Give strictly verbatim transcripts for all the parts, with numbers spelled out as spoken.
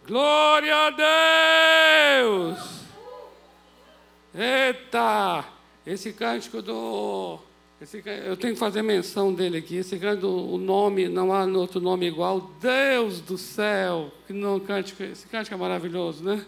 Glória a Deus! Eita! Esse cântico do... Esse, eu tenho que fazer menção dele aqui. Esse cântico, o nome, não há outro nome igual. Deus do céu! Que não, cântico, esse cântico é maravilhoso, né?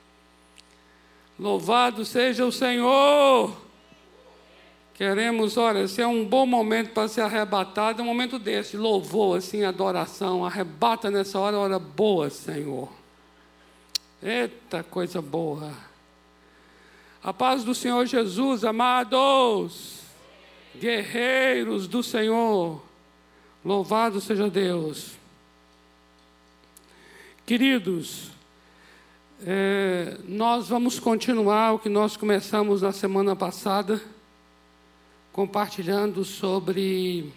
Louvado seja o Senhor! Queremos, olha, esse é um bom momento para ser arrebatado, é um momento desse, louvor, assim, adoração. Arrebata nessa hora, hora boa, Senhor. Eita, coisa boa. A paz do Senhor Jesus, amados, guerreiros do Senhor, louvado seja Deus. Queridos, é, nós vamos continuar o que nós começamos na semana passada, compartilhando sobre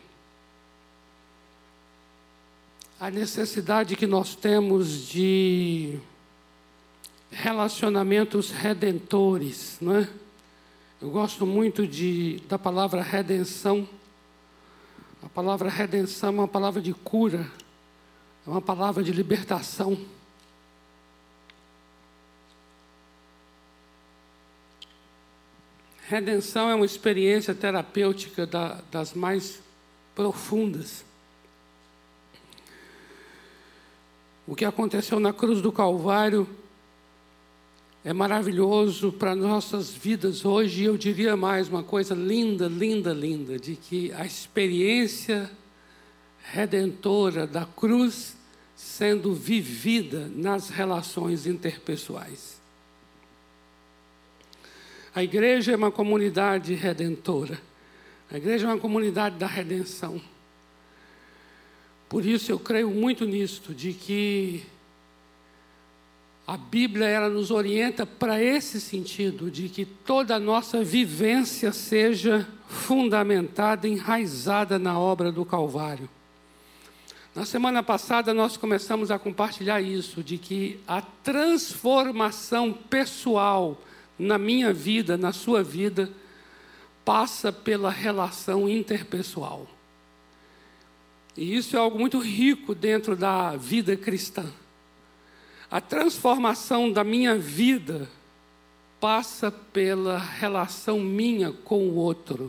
a necessidade que nós temos de relacionamentos redentores, não é? Eu gosto muito de, da palavra redenção. A palavra redenção é uma palavra de cura, é uma palavra de libertação. Redenção é uma experiência terapêutica da, das mais profundas. O que aconteceu na cruz do Calvário é maravilhoso para nossas vidas hoje. E eu diria mais uma coisa linda, linda, linda, de que a experiência redentora da cruz sendo vivida nas relações interpessoais. A igreja é uma comunidade redentora. A igreja é uma comunidade da redenção. Por isso eu creio muito nisto, de que a Bíblia ela nos orienta para esse sentido, de que toda a nossa vivência seja fundamentada, enraizada na obra do Calvário. Na semana passada nós começamos a compartilhar isso, de que a transformação pessoal na minha vida, na sua vida, passa pela relação interpessoal. E isso é algo muito rico dentro da vida cristã. A transformação da minha vida passa pela relação minha com o outro.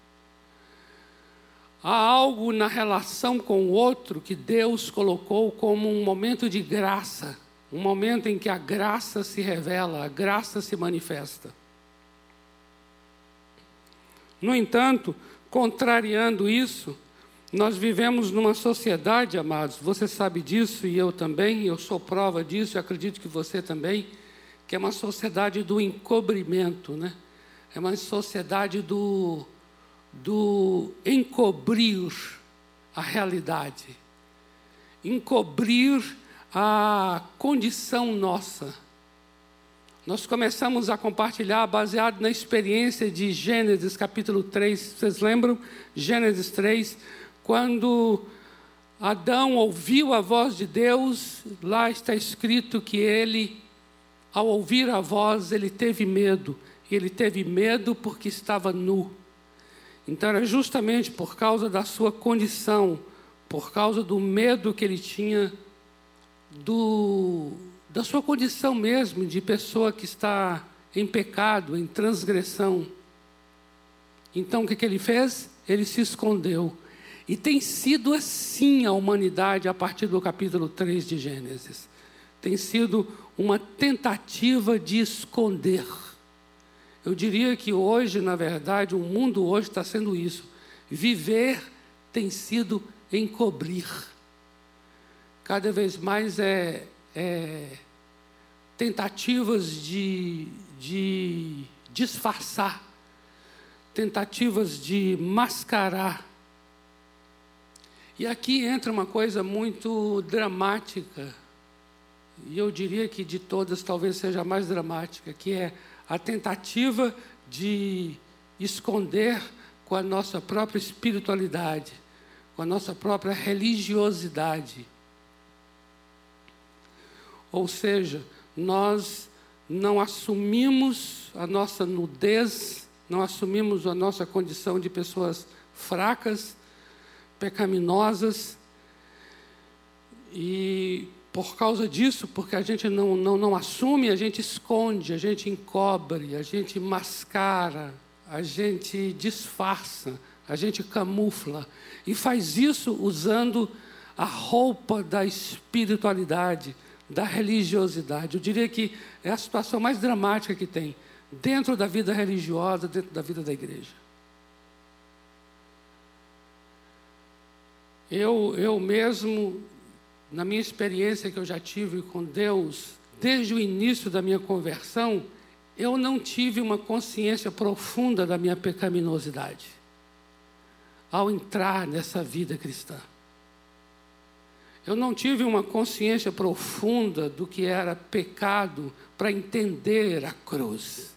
Há algo na relação com o outro que Deus colocou como um momento de graça. Um momento em que a graça se revela, a graça se manifesta. No entanto, contrariando isso, nós vivemos numa sociedade, amados, você sabe disso e eu também, eu sou prova disso, e acredito que você também, que é uma sociedade do encobrimento, né? É uma sociedade do, do encobrir a realidade, encobrir a condição nossa. Nós começamos a compartilhar baseado na experiência de Gênesis capítulo três, vocês lembram? Gênesis três, quando Adão ouviu a voz de Deus, lá está escrito que ele, ao ouvir a voz, ele teve medo, e ele teve medo porque estava nu. Então era justamente por causa da sua condição, por causa do medo que ele tinha Do, da sua condição mesmo de pessoa que está em pecado, em transgressão. Então o que, que ele fez? Ele se escondeu. E tem sido assim a humanidade a partir do capítulo três de Gênesis. Tem sido uma tentativa de esconder. Eu diria que hoje, na verdade, o mundo hoje está sendo isso. Viver tem sido encobrir. Cada vez mais é, é tentativas de, de disfarçar, tentativas de mascarar. E aqui entra uma coisa muito dramática, e eu diria que de todas talvez seja a mais dramática, que é a tentativa de esconder com a nossa própria espiritualidade, com a nossa própria religiosidade. Ou seja, nós não assumimos a nossa nudez, não assumimos a nossa condição de pessoas fracas, pecaminosas, e por causa disso, porque a gente não, não, não assume, a gente esconde, a gente encobre, a gente mascara, a gente disfarça, a gente camufla. E faz isso usando a roupa da espiritualidade, da religiosidade. Eu diria que é a situação mais dramática que tem dentro da vida religiosa, dentro da vida da igreja. Eu, eu mesmo, na minha experiência que eu já tive com Deus, desde o início da minha conversão, eu não tive uma consciência profunda da minha pecaminosidade ao entrar nessa vida cristã. Eu não tive uma consciência profunda do que era pecado para entender a cruz.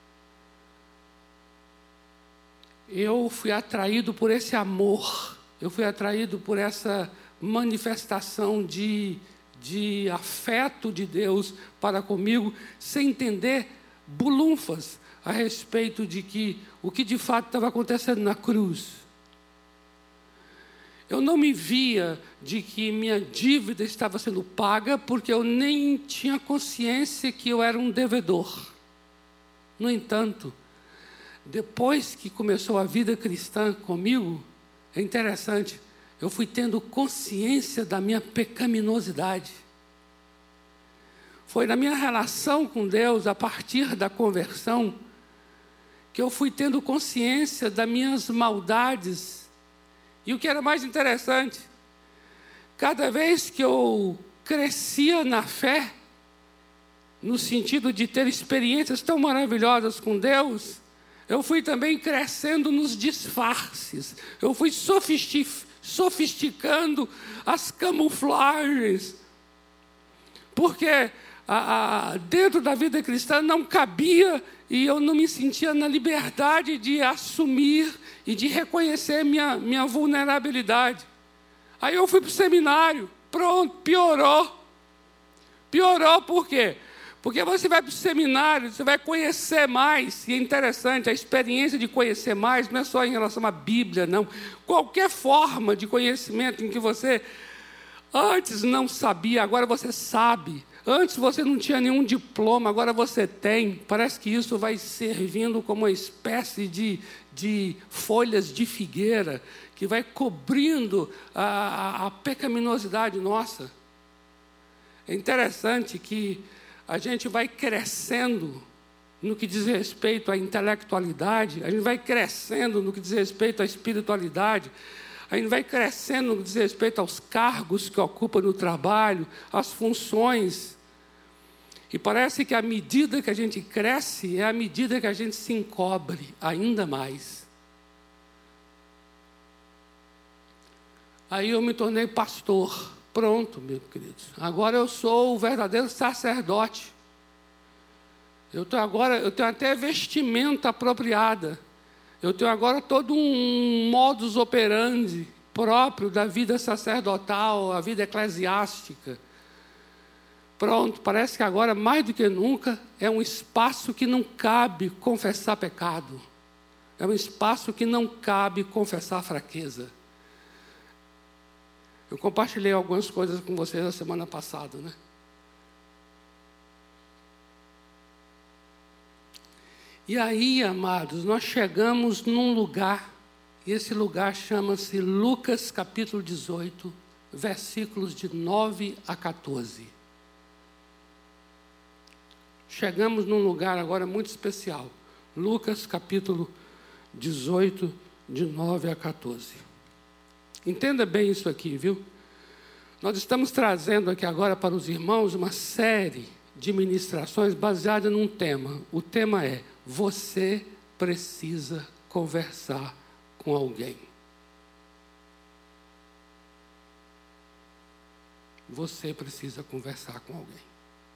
Eu fui atraído por esse amor, eu fui atraído por essa manifestação de, de afeto de Deus para comigo, sem entender bulunfas a respeito de que o que de fato estava acontecendo na cruz. Eu não me via de que minha dívida estava sendo paga, porque eu nem tinha consciência que eu era um devedor. No entanto, depois que começou a vida cristã comigo, é interessante, eu fui tendo consciência da minha pecaminosidade. Foi na minha relação com Deus, a partir da conversão, que eu fui tendo consciência das minhas maldades. E o que era mais interessante, cada vez que eu crescia na fé, no sentido de ter experiências tão maravilhosas com Deus, eu fui também crescendo nos disfarces, eu fui sofistic, sofisticando as camuflagens, porque a, a, dentro da vida cristã não cabia e eu não me sentia na liberdade de assumir e de reconhecer minha, minha vulnerabilidade. Aí eu fui para o seminário, pronto, piorou. Piorou por quê? Porque você vai para o seminário, você vai conhecer mais, e é interessante, a experiência de conhecer mais não é só em relação à Bíblia, não. Qualquer forma de conhecimento em que você antes não sabia, agora você sabe. Antes você não tinha nenhum diploma, agora você tem. Parece que isso vai servindo como uma espécie de, de folhas de figueira que vai cobrindo a, a, a pecaminosidade nossa. É interessante que a gente vai crescendo no que diz respeito à intelectualidade, a gente vai crescendo no que diz respeito à espiritualidade, a gente vai crescendo no que diz respeito aos cargos que ocupa no trabalho, às funções. E parece que à medida que a gente cresce, é à medida que a gente se encobre ainda mais. Aí eu me tornei pastor. Pronto, meus queridos. Agora eu sou o verdadeiro sacerdote. Eu tenho agora, eu tenho até vestimenta apropriada. Eu tenho agora todo um modus operandi próprio da vida sacerdotal, a vida eclesiástica. Pronto, parece que agora, mais do que nunca, é um espaço que não cabe confessar pecado. É um espaço que não cabe confessar fraqueza. Eu compartilhei algumas coisas com vocês na semana passada, né? E aí, amados, nós chegamos num lugar, e esse lugar chama-se Lucas capítulo dezoito, versículos de nove a quatorze. Chegamos num lugar agora muito especial. Lucas capítulo dezoito, de nove a quatorze. Entenda bem isso aqui, viu? Nós estamos trazendo aqui agora para os irmãos uma série de ministrações baseada num tema. O tema é: você precisa conversar com alguém. Você precisa conversar com alguém.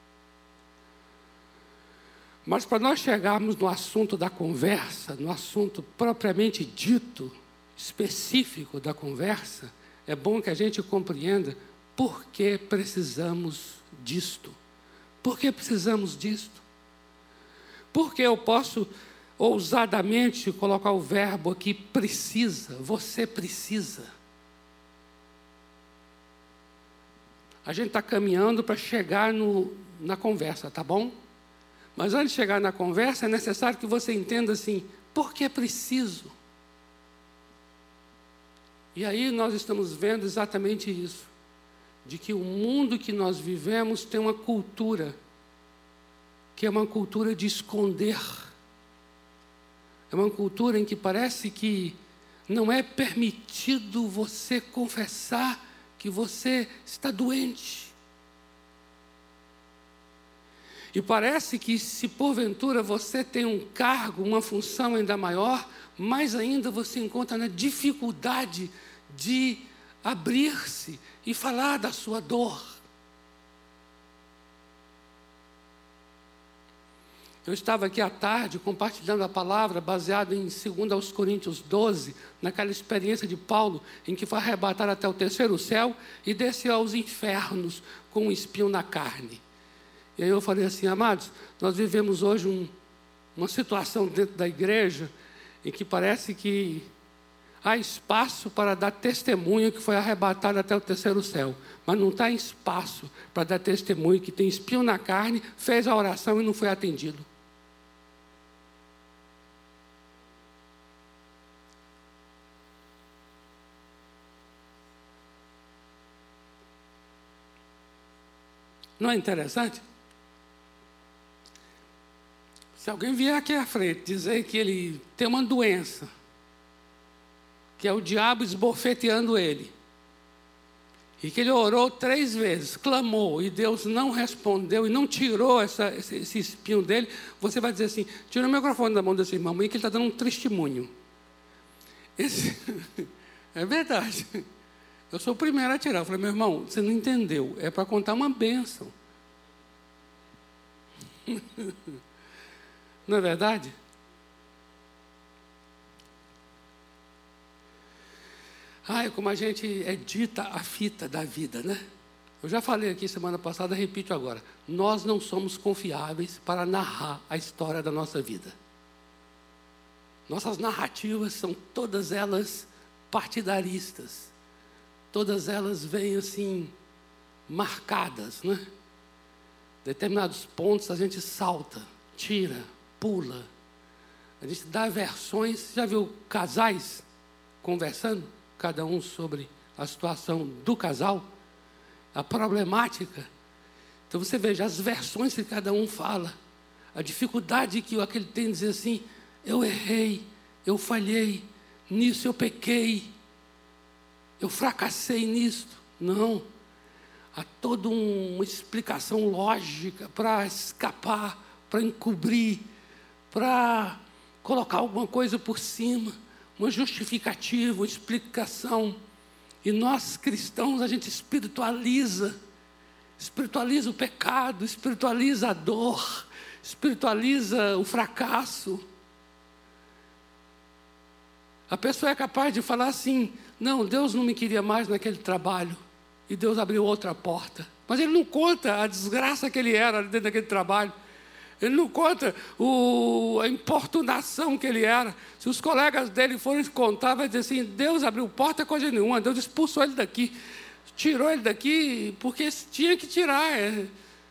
Mas para nós chegarmos no assunto da conversa, no assunto propriamente dito, específico da conversa, é bom que a gente compreenda por que precisamos disto. Por que precisamos disto? Porque eu posso ousadamente colocar o verbo aqui, precisa, você precisa. a gente está caminhando para chegar no, na conversa, tá bom? Mas antes de chegar na conversa, é necessário que você entenda assim, por que é preciso? E aí nós estamos vendo exatamente isso, de que o mundo que nós vivemos tem uma cultura, que é uma cultura de esconder. É uma cultura em que parece que não é permitido você confessar que você está doente. E parece que se porventura você tem um cargo, uma função ainda maior, mais ainda você encontra na dificuldade de abrir-se e falar da sua dor. Eu estava aqui à tarde compartilhando a palavra baseada em dois aos Coríntios doze, naquela experiência de Paulo, em que foi arrebatado até o terceiro céu e desceu aos infernos com um espinho na carne. E aí eu falei assim, amados, nós vivemos hoje um, uma situação dentro da igreja em que parece que há espaço para dar testemunho que foi arrebatado até o terceiro céu, mas não está espaço para dar testemunho que tem espinho na carne, fez a oração e não foi atendido. Não é interessante? Se alguém vier aqui à frente dizer que ele tem uma doença, que é o diabo esbofeteando ele, e que ele orou três vezes, clamou, e Deus não respondeu, e não tirou essa, esse, esse espinho dele, você vai dizer assim, tira o microfone da mão desse irmão, que ele está dando um testemunho. Esse, é verdade. Eu sou o primeiro a tirar. Eu falei, meu irmão, você não entendeu, é para contar uma bênção. Não é verdade? Ai, como a gente edita a fita da vida, né? Eu já falei aqui semana passada, repito agora. Nós não somos confiáveis para narrar a história da nossa vida. Nossas narrativas são todas elas partidaristas. Todas elas vêm assim, marcadas, né? Determinados pontos a gente salta, tira, pula. A gente dá versões. Já viu casais conversando, cada um sobre a situação do casal, a problemática? Então você veja as versões que cada um fala, a dificuldade que aquele tem de dizer assim, eu errei, eu falhei, nisso eu pequei, eu fracassei nisso. Não. Há toda uma explicação lógica para escapar, para encobrir, para colocar alguma coisa por cima, uma justificativa, uma explicação. E nós cristãos, a gente espiritualiza, espiritualiza o pecado, espiritualiza a dor, espiritualiza o fracasso. A pessoa é capaz de falar assim, não, Deus não me queria mais naquele trabalho, e Deus abriu outra porta. Mas ele não conta a desgraça que ele era dentro daquele trabalho. Ele não conta o, a importunação que ele era. Se os colegas dele forem contar, vai dizer assim, Deus abriu porta coisa nenhuma, Deus expulsou ele daqui, tirou ele daqui, porque tinha que tirar. É.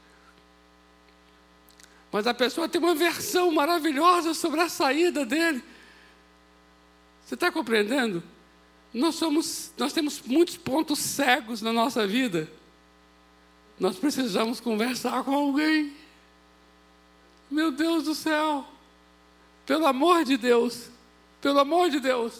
Mas a pessoa tem uma versão maravilhosa sobre a saída dele. Você está compreendendo? Nós, somos, nós temos muitos pontos cegos na nossa vida. Nós precisamos conversar com alguém. Meu Deus do céu, pelo amor de Deus, pelo amor de Deus.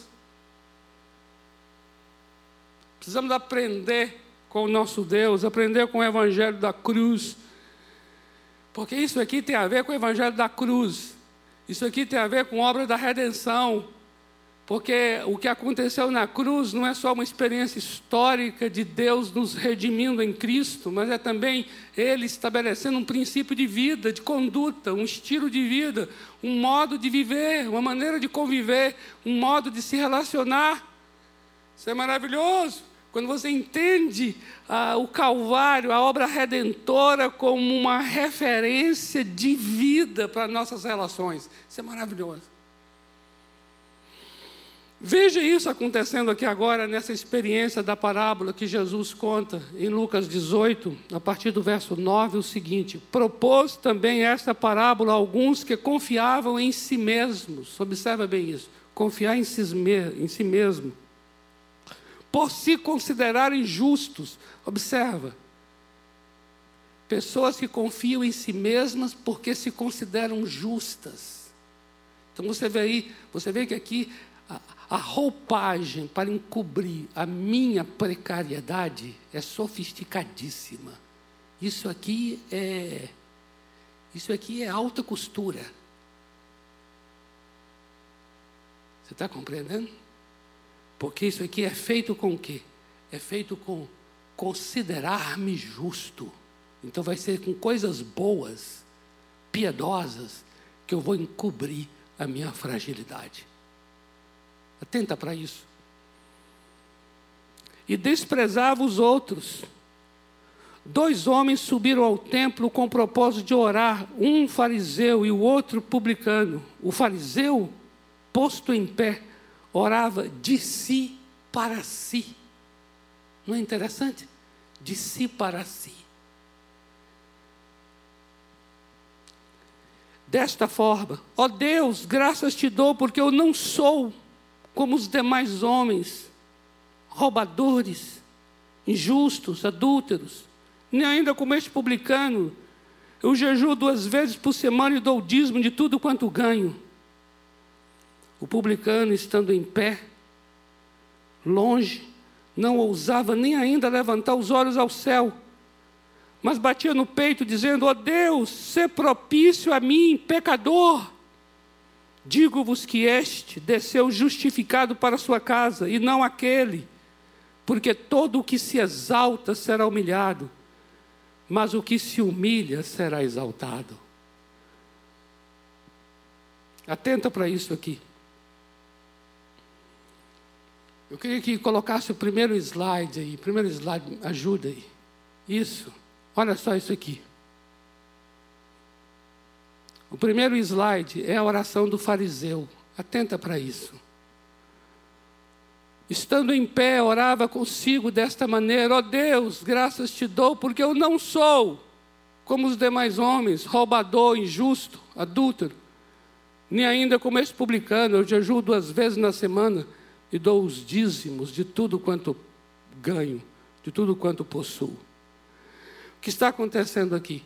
Precisamos aprender com o nosso Deus, aprender com o Evangelho da cruz. Porque isso aqui tem a ver com o Evangelho da cruz. Isso aqui tem a ver com a obra da redenção. Porque o que aconteceu na cruz não é só uma experiência histórica de Deus nos redimindo em Cristo, mas é também Ele estabelecendo um princípio de vida, de conduta, um estilo de vida, um modo de viver, uma maneira de conviver, um modo de se relacionar. Isso é maravilhoso. Quando você entende ah, o Calvário, a obra redentora, como uma referência de vida para nossas relações. Isso é maravilhoso. Veja isso acontecendo aqui agora, nessa experiência da parábola que Jesus conta em Lucas dezoito, a partir do verso nove, o seguinte: propôs também esta parábola a alguns que confiavam em si mesmos. Observa bem isso, confiar em si, em si mesmo, por se considerarem justos. Observa, pessoas que confiam em si mesmas porque se consideram justas. Então você vê aí, você vê que aqui a, a roupagem para encobrir a minha precariedade é sofisticadíssima. Isso aqui é, isso aqui é alta costura. Você está compreendendo? Porque isso aqui é feito com o quê? É feito com considerar-me justo. Então vai ser com coisas boas, piedosas, que eu vou encobrir a minha fragilidade. Atenta para isso. E desprezava os outros. Dois homens subiram ao templo com o propósito de orar, um fariseu e o outro publicano. O fariseu, posto em pé, orava de si para si. Não é interessante? De si para si. Desta forma: ó Deus, graças te dou, porque eu não sou como os demais homens, roubadores, injustos, adúlteros, nem ainda como este publicano. Eu jejuo duas vezes por semana e dou o dízimo de tudo quanto ganho. O publicano, estando em pé, longe, não ousava nem ainda levantar os olhos ao céu, mas batia no peito, dizendo: ó Deus, sê propício a mim, pecador. Digo-vos que este desceu justificado para a sua casa, e não aquele, porque todo o que se exalta será humilhado, mas o que se humilha será exaltado. Atenta para isso aqui. Eu queria que colocasse o primeiro slide aí, primeiro slide, ajuda aí. Isso, olha só isso aqui. O primeiro slide é a oração do fariseu. Atenta para isso. Estando em pé, orava consigo desta maneira: ó Deus, graças te dou, porque eu não sou como os demais homens, roubador, injusto, adúltero, nem ainda como este publicano. Eu jejuo duas vezes na semana e dou os dízimos de tudo quanto ganho, de tudo quanto possuo. O que está acontecendo aqui?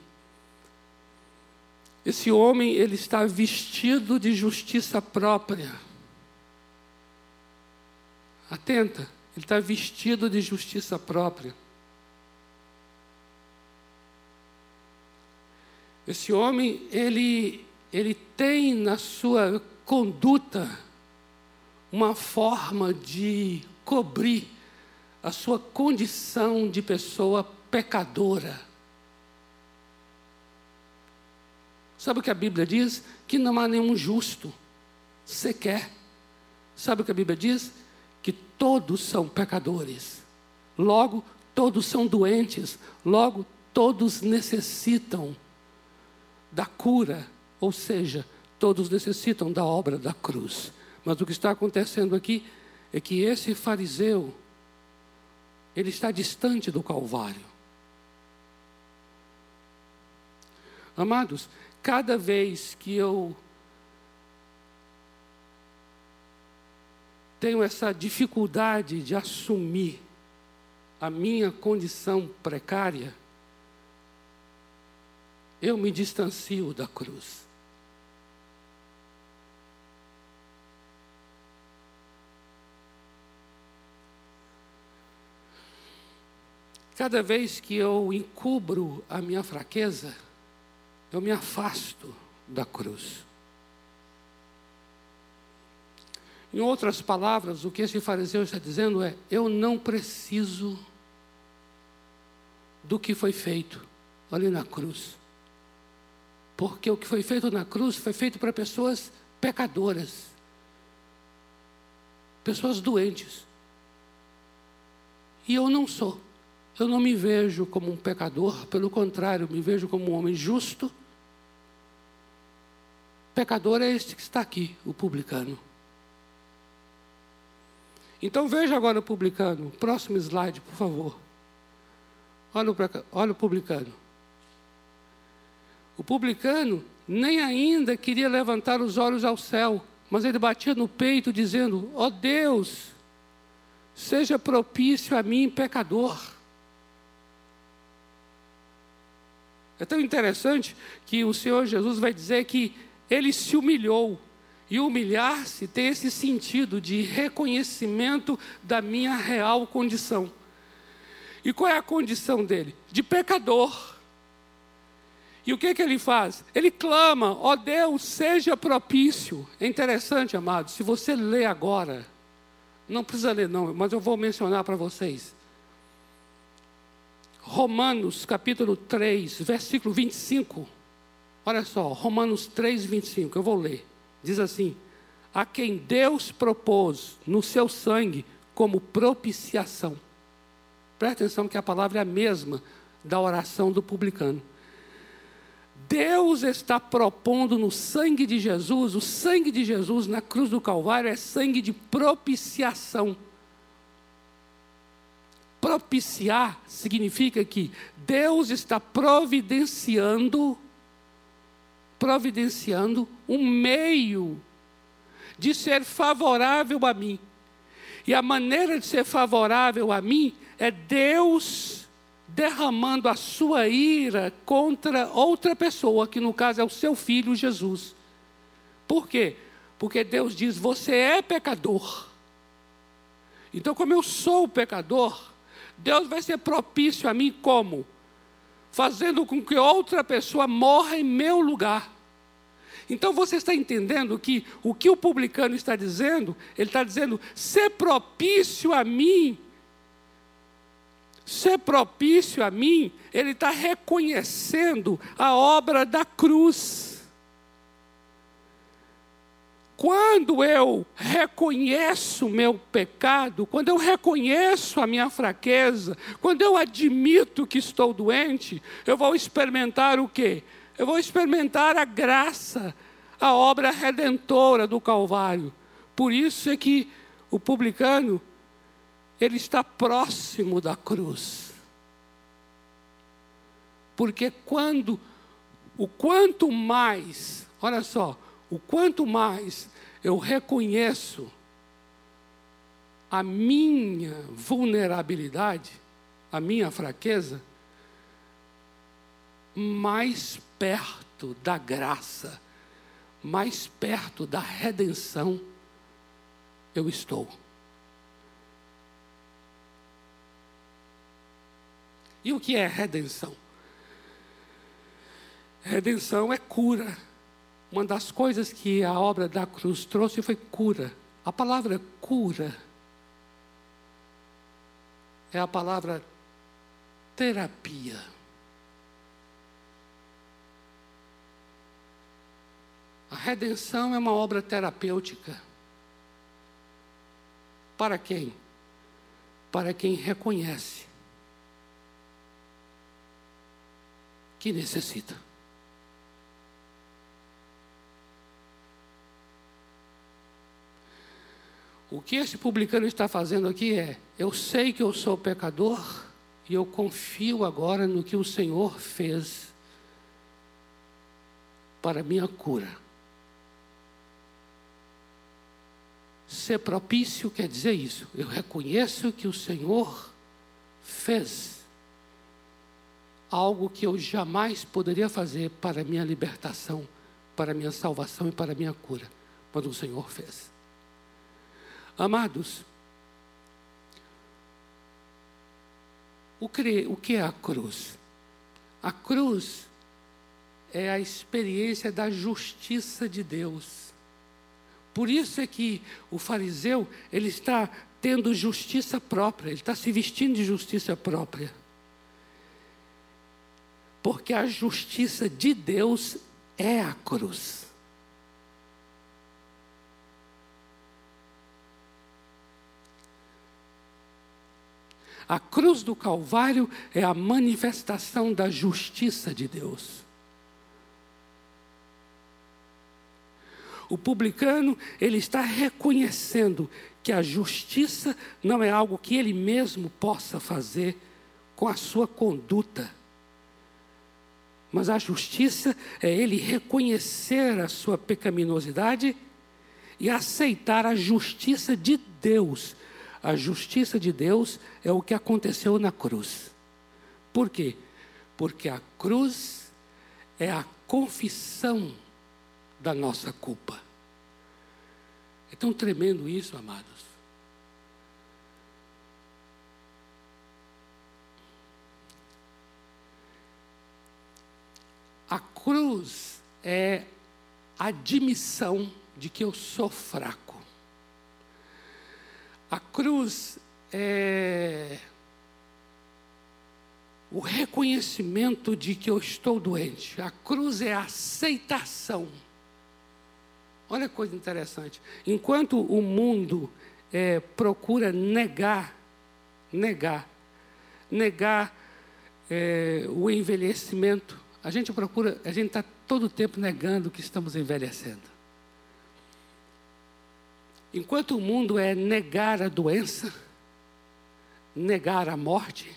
Esse homem, ele está vestido de justiça própria. Atenta, ele está vestido de justiça própria. Esse homem, ele, ele tem na sua conduta uma forma de cobrir a sua condição de pessoa pecadora. Sabe o que a Bíblia diz? Que não há nenhum justo sequer. Sabe o que a Bíblia diz? Que todos são pecadores. Logo, todos são doentes. Logo, todos necessitam da cura. Ou seja, todos necessitam da obra da cruz. Mas o que está acontecendo aqui é que esse fariseu, ele está distante do Calvário. Amados, cada vez que eu tenho essa dificuldade de assumir a minha condição precária, eu me distancio da cruz. Cada vez que eu encubro a minha fraqueza, eu me afasto da cruz. Em outras palavras, o que esse fariseu está dizendo é: eu não preciso do que foi feito ali na cruz. Porque o que foi feito na cruz foi feito para pessoas pecadoras, pessoas doentes. E eu não sou. Eu não me vejo como um pecador, pelo contrário, me vejo como um homem justo. Pecador é este que está aqui, o publicano. Então veja agora o publicano. Próximo slide, por favor. Olha o, olha o publicano. O publicano nem ainda queria levantar os olhos ao céu, mas ele batia no peito dizendo: ó Deus, seja propício a mim, pecador. É tão interessante que o Senhor Jesus vai dizer que ele se humilhou. E humilhar-se tem esse sentido de reconhecimento da minha real condição. E qual é a condição dele? De pecador. E o que que ele faz? Ele clama: ó Deus, seja propício. É interessante, amados, se você ler agora, não precisa ler não, mas eu vou mencionar para vocês. Romanos capítulo três, versículo vinte e cinco. Olha só, Romanos três, vinte e cinco, eu vou ler. Diz assim: a quem Deus propôs no seu sangue como propiciação. Presta atenção que a palavra é a mesma da oração do publicano. Deus está propondo no sangue de Jesus, o sangue de Jesus na cruz do Calvário é sangue de propiciação. Propiciar significa que Deus está providenciando, providenciando um meio de ser favorável a mim. E a maneira de ser favorável a mim é Deus derramando a sua ira contra outra pessoa, que no caso é o seu filho Jesus. Por quê? Porque Deus diz: você é pecador. Então, como eu sou pecador, Deus vai ser propício a mim como? Fazendo com que outra pessoa morra em meu lugar. Então você está entendendo que o que o publicano está dizendo? Ele está dizendo: ser propício a mim. Ser propício a mim, ele está reconhecendo a obra da cruz. Quando eu reconheço o meu pecado, quando eu reconheço a minha fraqueza, quando eu admito que estou doente, eu vou experimentar o quê? Eu vou experimentar a graça, a obra redentora do Calvário. Por isso é que o publicano, ele está próximo da cruz. Porque quando, o quanto mais, olha só, o quanto mais eu reconheço a minha vulnerabilidade, a minha fraqueza, mais perto da graça, mais perto da redenção eu estou. E o que é redenção? Redenção é cura. Uma das coisas que a obra da cruz trouxe foi cura. A palavra cura é a palavra terapia. A redenção é uma obra terapêutica. Para quem? Para quem reconhece que necessita. O que esse publicano está fazendo aqui é: eu sei que eu sou pecador e eu confio agora no que o Senhor fez para minha cura. Ser propício quer dizer isso. Eu reconheço que o Senhor fez algo que eu jamais poderia fazer para a minha libertação, para a minha salvação e para a minha cura, mas o Senhor fez. Amados, o que, o que é a cruz? A cruz é a experiência da justiça de Deus. Por isso é que o fariseu, ele está tendo justiça própria, ele está se vestindo de justiça própria. Porque a justiça de Deus é a cruz. A cruz do Calvário é a manifestação da justiça de Deus. O publicano, ele está reconhecendo que a justiça não é algo que ele mesmo possa fazer com a sua conduta. Mas a justiça é ele reconhecer a sua pecaminosidade e aceitar a justiça de Deus. A justiça de Deus é o que aconteceu na cruz. Por quê? Porque a cruz é a confissão da nossa culpa. É tão tremendo isso, amados. A cruz é a admissão de que eu sou fraco. A cruz é o reconhecimento de que eu estou doente. A cruz é a aceitação. Olha que coisa interessante. Enquanto o mundo é, procura negar, negar, negar é, o envelhecimento, a gente procura, a gente está todo o tempo negando que estamos envelhecendo. Enquanto o mundo é negar a doença, negar a morte,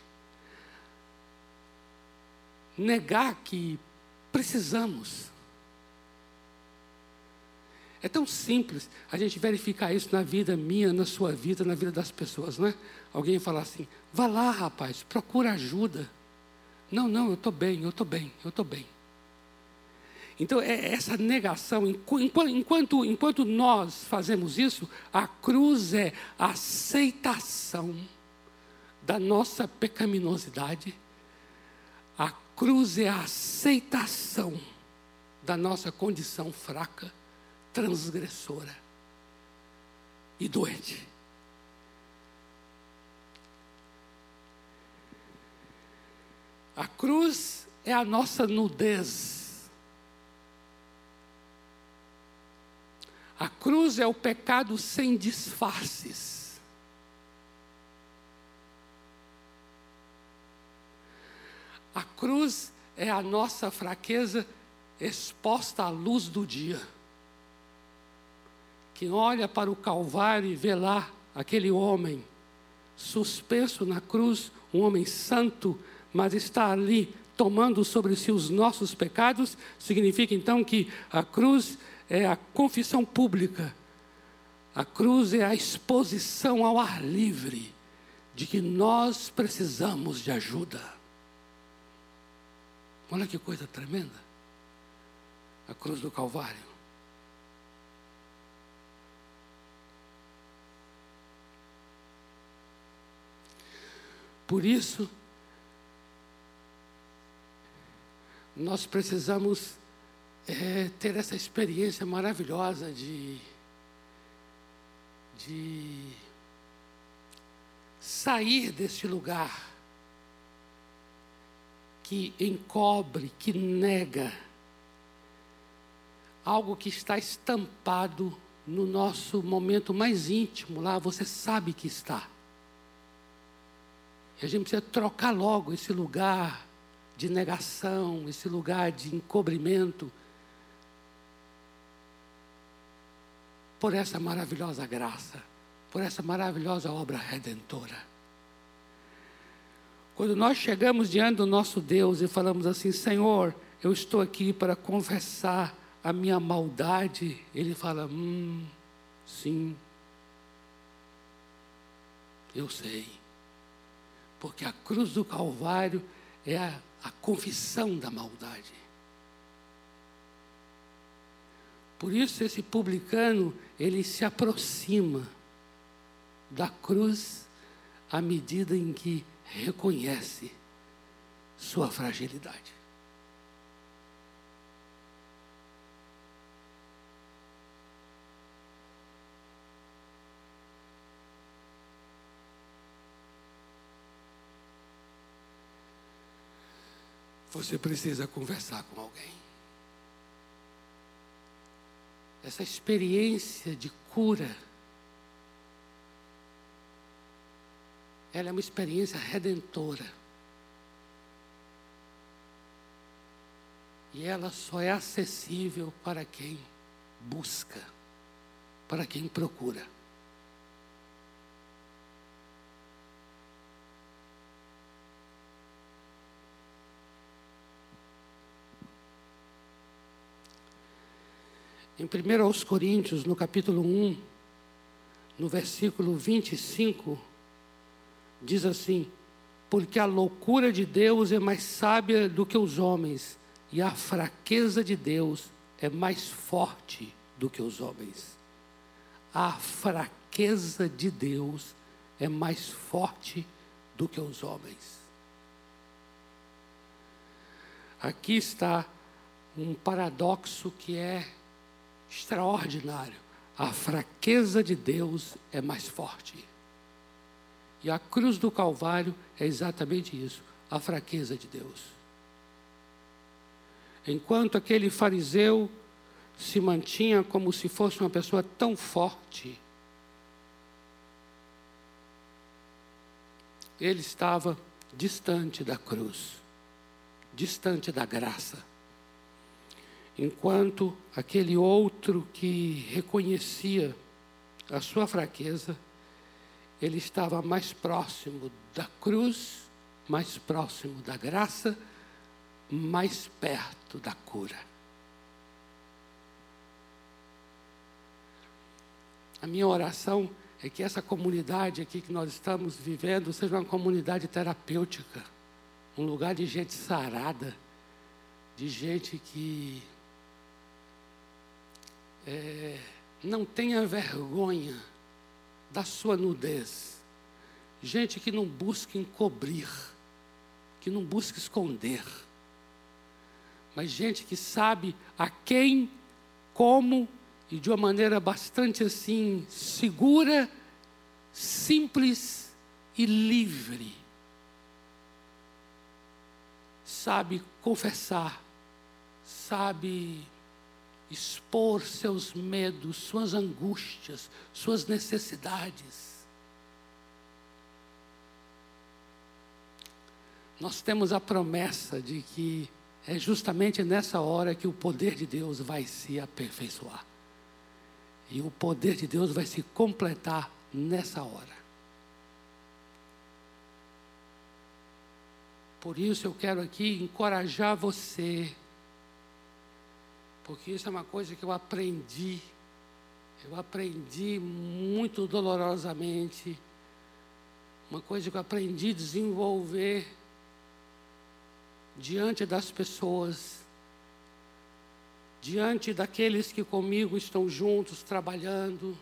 negar que precisamos. É tão simples a gente verificar isso na vida minha, na sua vida, na vida das pessoas, não é? Alguém falar assim, vá lá, rapaz, procura ajuda. Não, não, eu estou bem, eu estou bem, eu estou bem. Então, é essa negação, enquanto, enquanto nós fazemos isso, a cruz é a aceitação da nossa pecaminosidade, a cruz é a aceitação da nossa condição fraca, transgressora e doente. A cruz é a nossa nudez. A cruz é o pecado sem disfarces. A cruz é a nossa fraqueza exposta à luz do dia. Quem olha para o Calvário e vê lá aquele homem suspenso na cruz, um homem santo, mas está ali tomando sobre si os nossos pecados, significa então que a cruz é a confissão pública. A cruz é a exposição ao ar livre de que nós precisamos de ajuda. Olha que coisa tremenda. A cruz do Calvário. Por isso, nós precisamos é, ter essa experiência maravilhosa de, de sair deste lugar que encobre, que nega, algo que está estampado no nosso momento mais íntimo, lá você sabe que está. E a gente precisa trocar logo esse lugar de negação, esse lugar de encobrimento, por essa maravilhosa graça, por essa maravilhosa obra redentora. Quando nós chegamos diante do nosso Deus e falamos assim, Senhor, eu estou aqui para confessar a minha maldade, Ele fala, hum, sim, eu sei. Porque a cruz do Calvário é a, a confissão da maldade. Por isso esse publicano, ele se aproxima da cruz à medida em que reconhece sua fragilidade. Você precisa conversar com alguém. Essa experiência de cura, ela é uma experiência redentora. E ela só é acessível para quem busca, para quem procura. Em primeiro aos Coríntios, no capítulo um, no versículo vinte e cinco, diz assim: porque a loucura de Deus é mais sábia do que os homens, e a fraqueza de Deus é mais forte do que os homens. A fraqueza de Deus é mais forte do que os homens. Aqui está um paradoxo que é extraordinário. A fraqueza de Deus é mais forte. E a cruz do Calvário é exatamente isso, a fraqueza de Deus. Enquanto aquele fariseu se mantinha como se fosse uma pessoa tão forte, ele estava distante da cruz, distante da graça. Enquanto aquele outro que reconhecia a sua fraqueza, ele estava mais próximo da cruz, mais próximo da graça, mais perto da cura. A minha oração é que essa comunidade aqui que nós estamos vivendo seja uma comunidade terapêutica, um lugar de gente sarada, de gente que é, não tenha vergonha da sua nudez, gente que não busca encobrir, que não busca esconder, mas gente que sabe a quem, como e de uma maneira bastante assim segura, simples e livre, sabe confessar, sabe expor seus medos, suas angústias, suas necessidades. Nós temos a promessa de que é justamente nessa hora que o poder de Deus vai se aperfeiçoar. E o poder de Deus vai se completar nessa hora. Por isso eu quero aqui encorajar você, porque isso é uma coisa que eu aprendi, eu aprendi muito dolorosamente, uma coisa que eu aprendi a desenvolver diante das pessoas, diante daqueles que comigo estão juntos, trabalhando.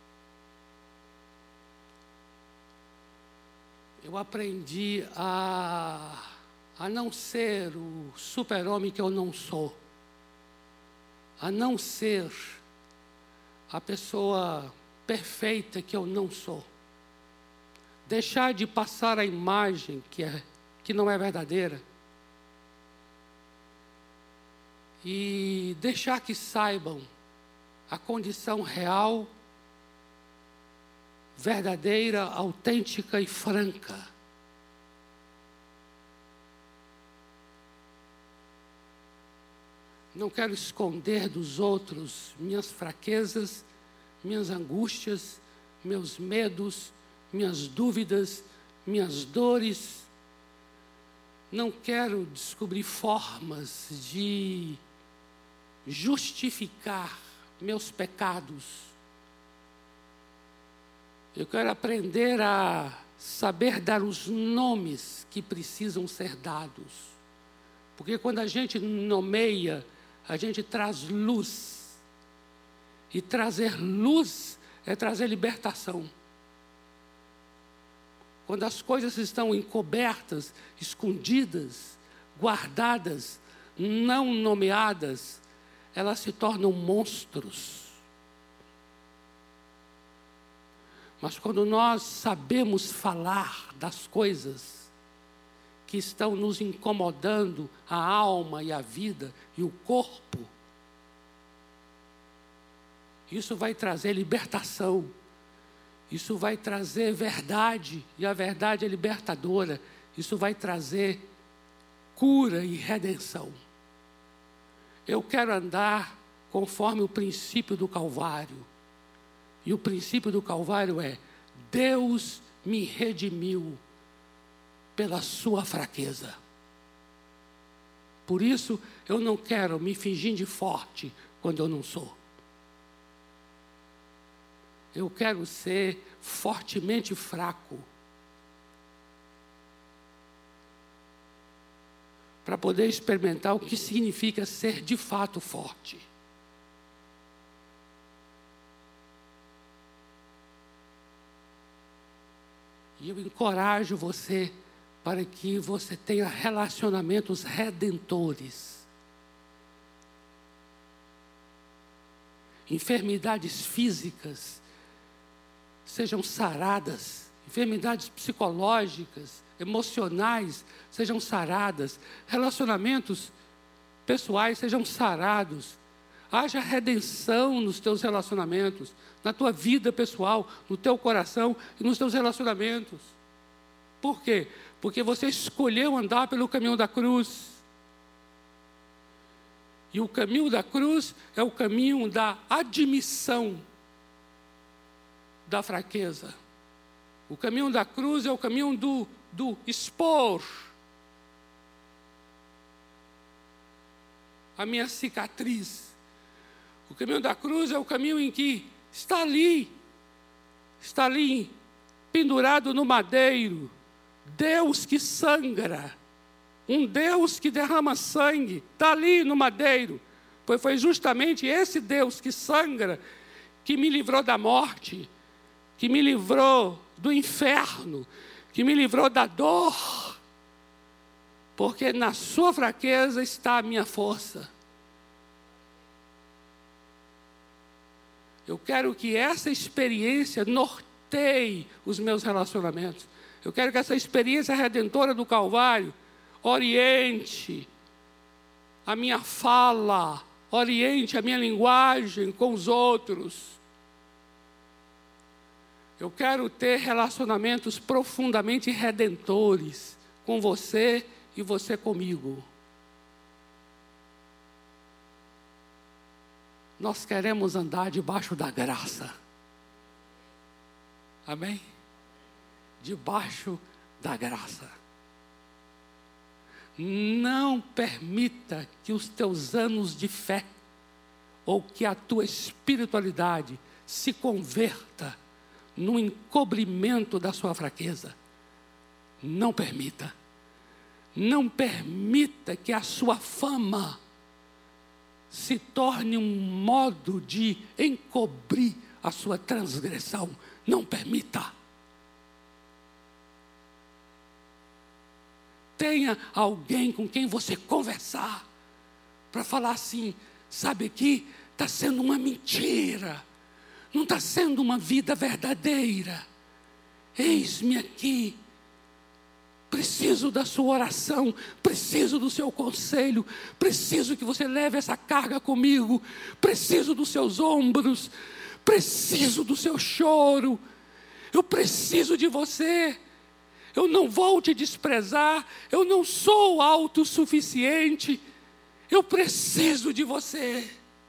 Eu aprendi a, a não ser o super-homem que eu não sou, a não ser a pessoa perfeita que eu não sou. Deixar de passar a imagem que, é, que não é verdadeira. E deixar que saibam a condição real, verdadeira, autêntica e franca. Não quero esconder dos outros minhas fraquezas, minhas angústias, meus medos, minhas dúvidas, minhas dores. Não quero descobrir formas de justificar meus pecados. Eu quero aprender a saber dar os nomes que precisam ser dados. Porque quando a gente nomeia, a gente traz luz. E trazer luz é trazer libertação. Quando as coisas estão encobertas, escondidas, guardadas, não nomeadas, elas se tornam monstros. Mas quando nós sabemos falar das coisas que estão nos incomodando, a alma e a vida e o corpo, isso vai trazer libertação. Isso vai trazer verdade, e a verdade é libertadora. Isso vai trazer cura e redenção. Eu quero andar conforme o princípio do Calvário. E o princípio do Calvário é: Deus me redimiu pela sua fraqueza. Por isso, eu não quero me fingir de forte quando eu não sou. Eu quero ser fortemente fraco, para poder experimentar o que significa ser de fato forte. E eu encorajo você para que você tenha relacionamentos redentores. Enfermidades físicas sejam saradas, enfermidades psicológicas, emocionais sejam saradas, relacionamentos pessoais sejam sarados. Haja redenção nos teus relacionamentos, na tua vida pessoal, no teu coração e nos teus relacionamentos. Por quê? Porque você escolheu andar pelo caminho da cruz. E o caminho da cruz é o caminho da admissão da fraqueza. O caminho da cruz é o caminho do, do expor a minha cicatriz. O caminho da cruz é o caminho em que está ali, está ali, pendurado no madeiro, Deus que sangra, um Deus que derrama sangue, está ali no madeiro, pois foi justamente esse Deus que sangra, que me livrou da morte, que me livrou do inferno, que me livrou da dor, porque na sua fraqueza está a minha força. Eu quero que essa experiência norteie os meus relacionamentos. Eu quero que essa experiência redentora do Calvário oriente a minha fala, oriente a minha linguagem com os outros. Eu quero ter relacionamentos profundamente redentores com você e você comigo. Nós queremos andar debaixo da graça. Amém? Debaixo da graça. Não permita que os teus anos de fé ou que a tua espiritualidade se converta no encobrimento da sua fraqueza. Não permita. Não permita que a sua fama se torne um modo de encobrir a sua transgressão. Não permita. Tenha alguém com quem você conversar, para falar assim: sabe que está sendo uma mentira, não está sendo uma vida verdadeira. Eis-me aqui. Preciso da sua oração, preciso do seu conselho, preciso que você leve essa carga comigo, preciso dos seus ombros, preciso do seu choro, eu preciso de você, eu não vou te desprezar, eu não sou autossuficiente, eu preciso de você.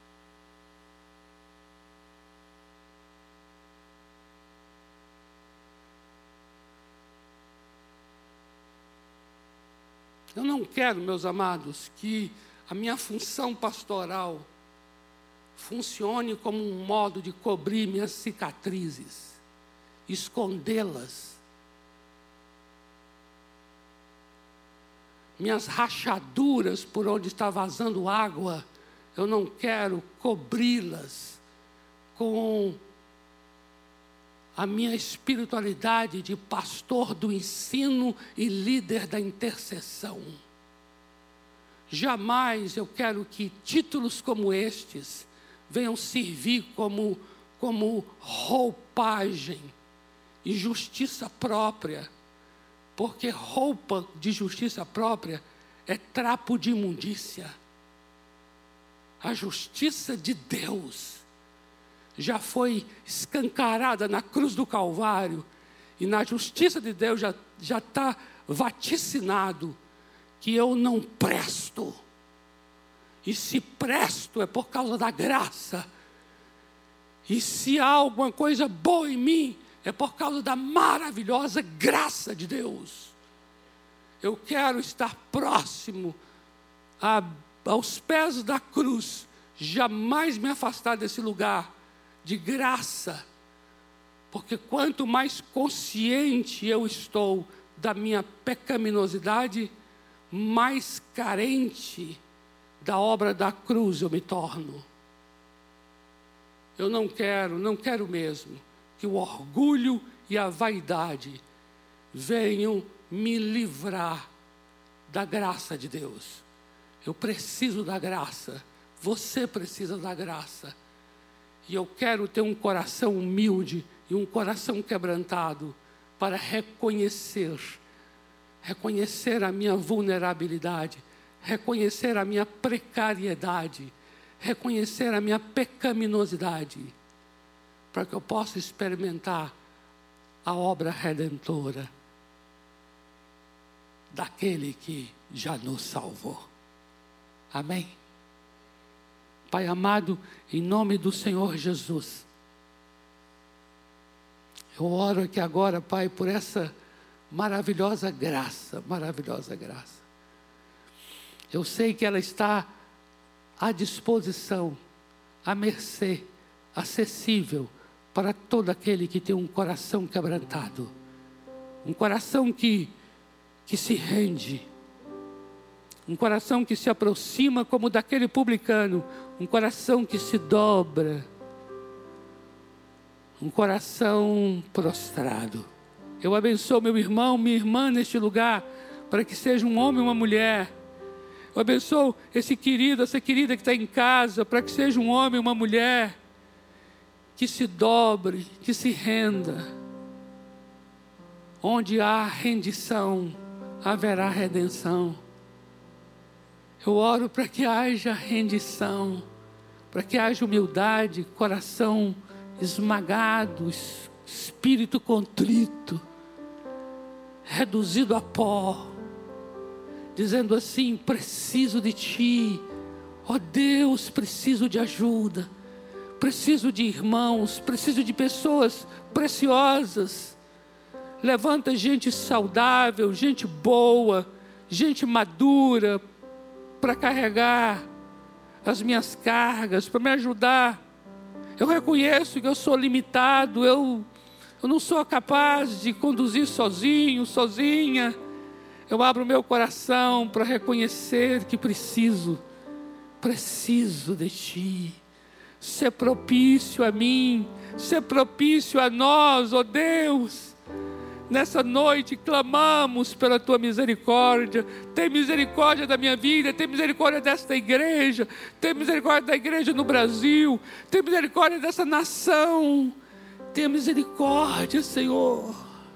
Eu não quero, meus amados, que a minha função pastoral funcione como um modo de cobrir minhas cicatrizes, escondê-las, minhas rachaduras por onde está vazando água. Eu não quero cobri-las com a minha espiritualidade de pastor do ensino e líder da intercessão. Jamais eu quero que títulos como estes venham servir como, como roupagem e justiça própria, porque roupa de justiça própria é trapo de imundícia. A justiça de Deus já foi escancarada na cruz do Calvário, e na justiça de Deus já já está vaticinado que eu não presto, E se presto é por causa da graça. E se há alguma coisa boa em mim, é por causa da maravilhosa graça de Deus. Eu quero estar próximo a, aos pés da cruz, jamais me afastar desse lugar de graça, porque quanto mais consciente eu estou da minha pecaminosidade, mais carente da obra da cruz eu me torno. Eu não quero, não quero mesmo que o orgulho e a vaidade venham me livrar da graça de Deus. Eu preciso da graça, você precisa da graça. E eu quero ter um coração humilde e um coração quebrantado para reconhecer, reconhecer a minha vulnerabilidade, reconhecer a minha precariedade, reconhecer a minha pecaminosidade, para que eu possa experimentar a obra redentora daquele que já nos salvou. Amém? Pai amado, em nome do Senhor Jesus, eu oro aqui agora, Pai, por essa maravilhosa graça, maravilhosa graça. Eu sei que ela está à disposição, à mercê, acessível para todo aquele que tem um coração quebrantado, um coração que, que se rende, um coração que se aproxima como daquele publicano, um coração que se dobra, um coração prostrado. Eu abençoo meu irmão, minha irmã neste lugar, para que seja um homem e uma mulher. Eu abençoo esse querido, essa querida que está em casa, para que seja um homem e uma mulher que se dobre, que se renda. Onde há rendição, haverá redenção. Eu oro para que haja rendição, para que haja humildade, coração esmagado, espírito contrito, reduzido a pó, dizendo assim: preciso de Ti, ó Deus, preciso de ajuda, preciso de irmãos, preciso de pessoas preciosas. Levanta gente saudável, gente boa, gente madura, para carregar as minhas cargas, para me ajudar. Eu reconheço que eu sou limitado, eu, eu não sou capaz de conduzir sozinho, sozinha. Eu abro meu coração para reconhecer que preciso, preciso de Ti. Ser propício a mim, ser propício a nós, ó Deus. Nessa noite clamamos pela Tua misericórdia. Tem misericórdia da minha vida, tem misericórdia desta igreja, tem misericórdia da igreja no Brasil, tem misericórdia dessa nação. Tenha misericórdia, Senhor.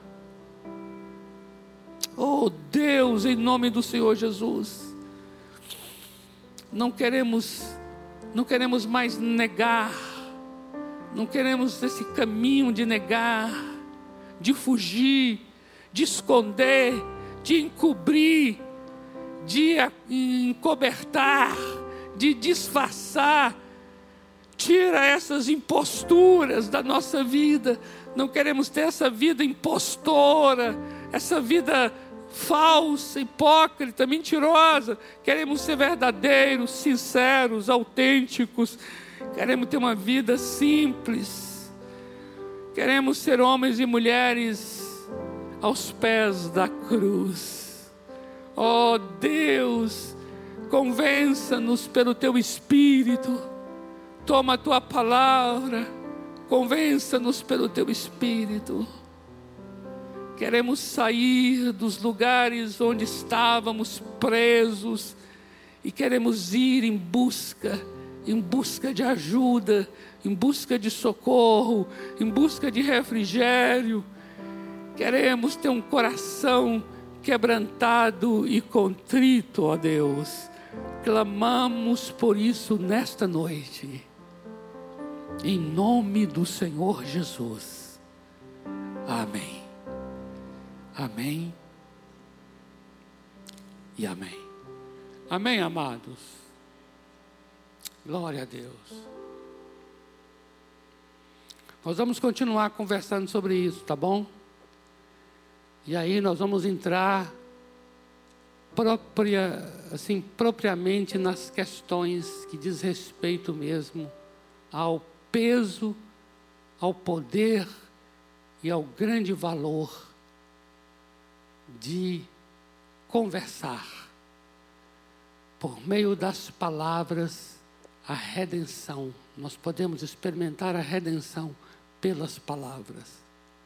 Oh Deus, em nome do Senhor Jesus. Não queremos, não queremos mais negar, não queremos esse caminho de negar, de fugir, de esconder, de encobrir, de encobertar, de disfarçar. Tira essas imposturas da nossa vida. Não queremos ter essa vida impostora, essa vida falsa, hipócrita, mentirosa. Queremos ser verdadeiros, sinceros, autênticos. Queremos ter uma vida simples. Queremos ser homens e mulheres aos pés da cruz. Oh Deus, convença-nos pelo Teu Espírito. Toma a Tua palavra, convença-nos pelo Teu Espírito. Queremos sair dos lugares onde estávamos presos e queremos ir em busca, em busca de ajuda, em busca de socorro, em busca de refrigério. Queremos ter um coração quebrantado e contrito, ó Deus. Clamamos por isso nesta noite, em nome do Senhor Jesus. Amém. Amém e amém. Amém, amados. Glória a Deus. Nós vamos continuar conversando sobre isso, tá bom? E aí nós vamos entrar própria, assim, propriamente nas questões que diz respeito mesmo ao peso, ao poder e ao grande valor de conversar por meio das palavras a redenção. Nós podemos experimentar a redenção pelas palavras.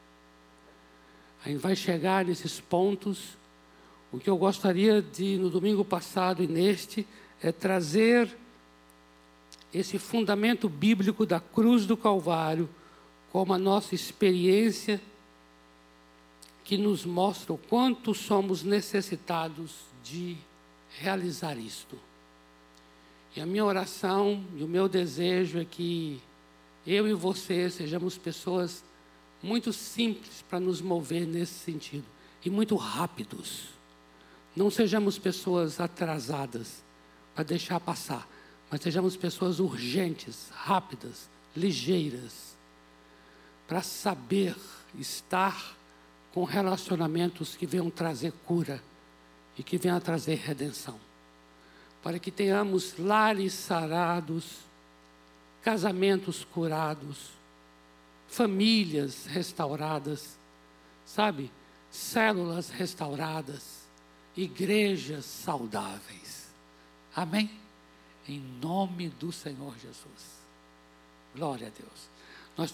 A gente vai chegar nesses pontos. O que eu gostaria de, no domingo passado e neste, é trazer esse fundamento bíblico da cruz do Calvário como a nossa experiência que nos mostra o quanto somos necessitados de realizar isto. E a minha oração e o meu desejo é que eu e você sejamos pessoas muito simples para nos mover nesse sentido e muito rápidos. Não sejamos pessoas atrasadas para deixar passar, mas sejamos pessoas urgentes, rápidas, ligeiras, para saber estar com relacionamentos que venham trazer cura e que venham trazer redenção. Para que tenhamos lares sarados, casamentos curados, famílias restauradas, sabe? Células restauradas, igrejas saudáveis. Amém? Em nome do Senhor Jesus. Glória a Deus.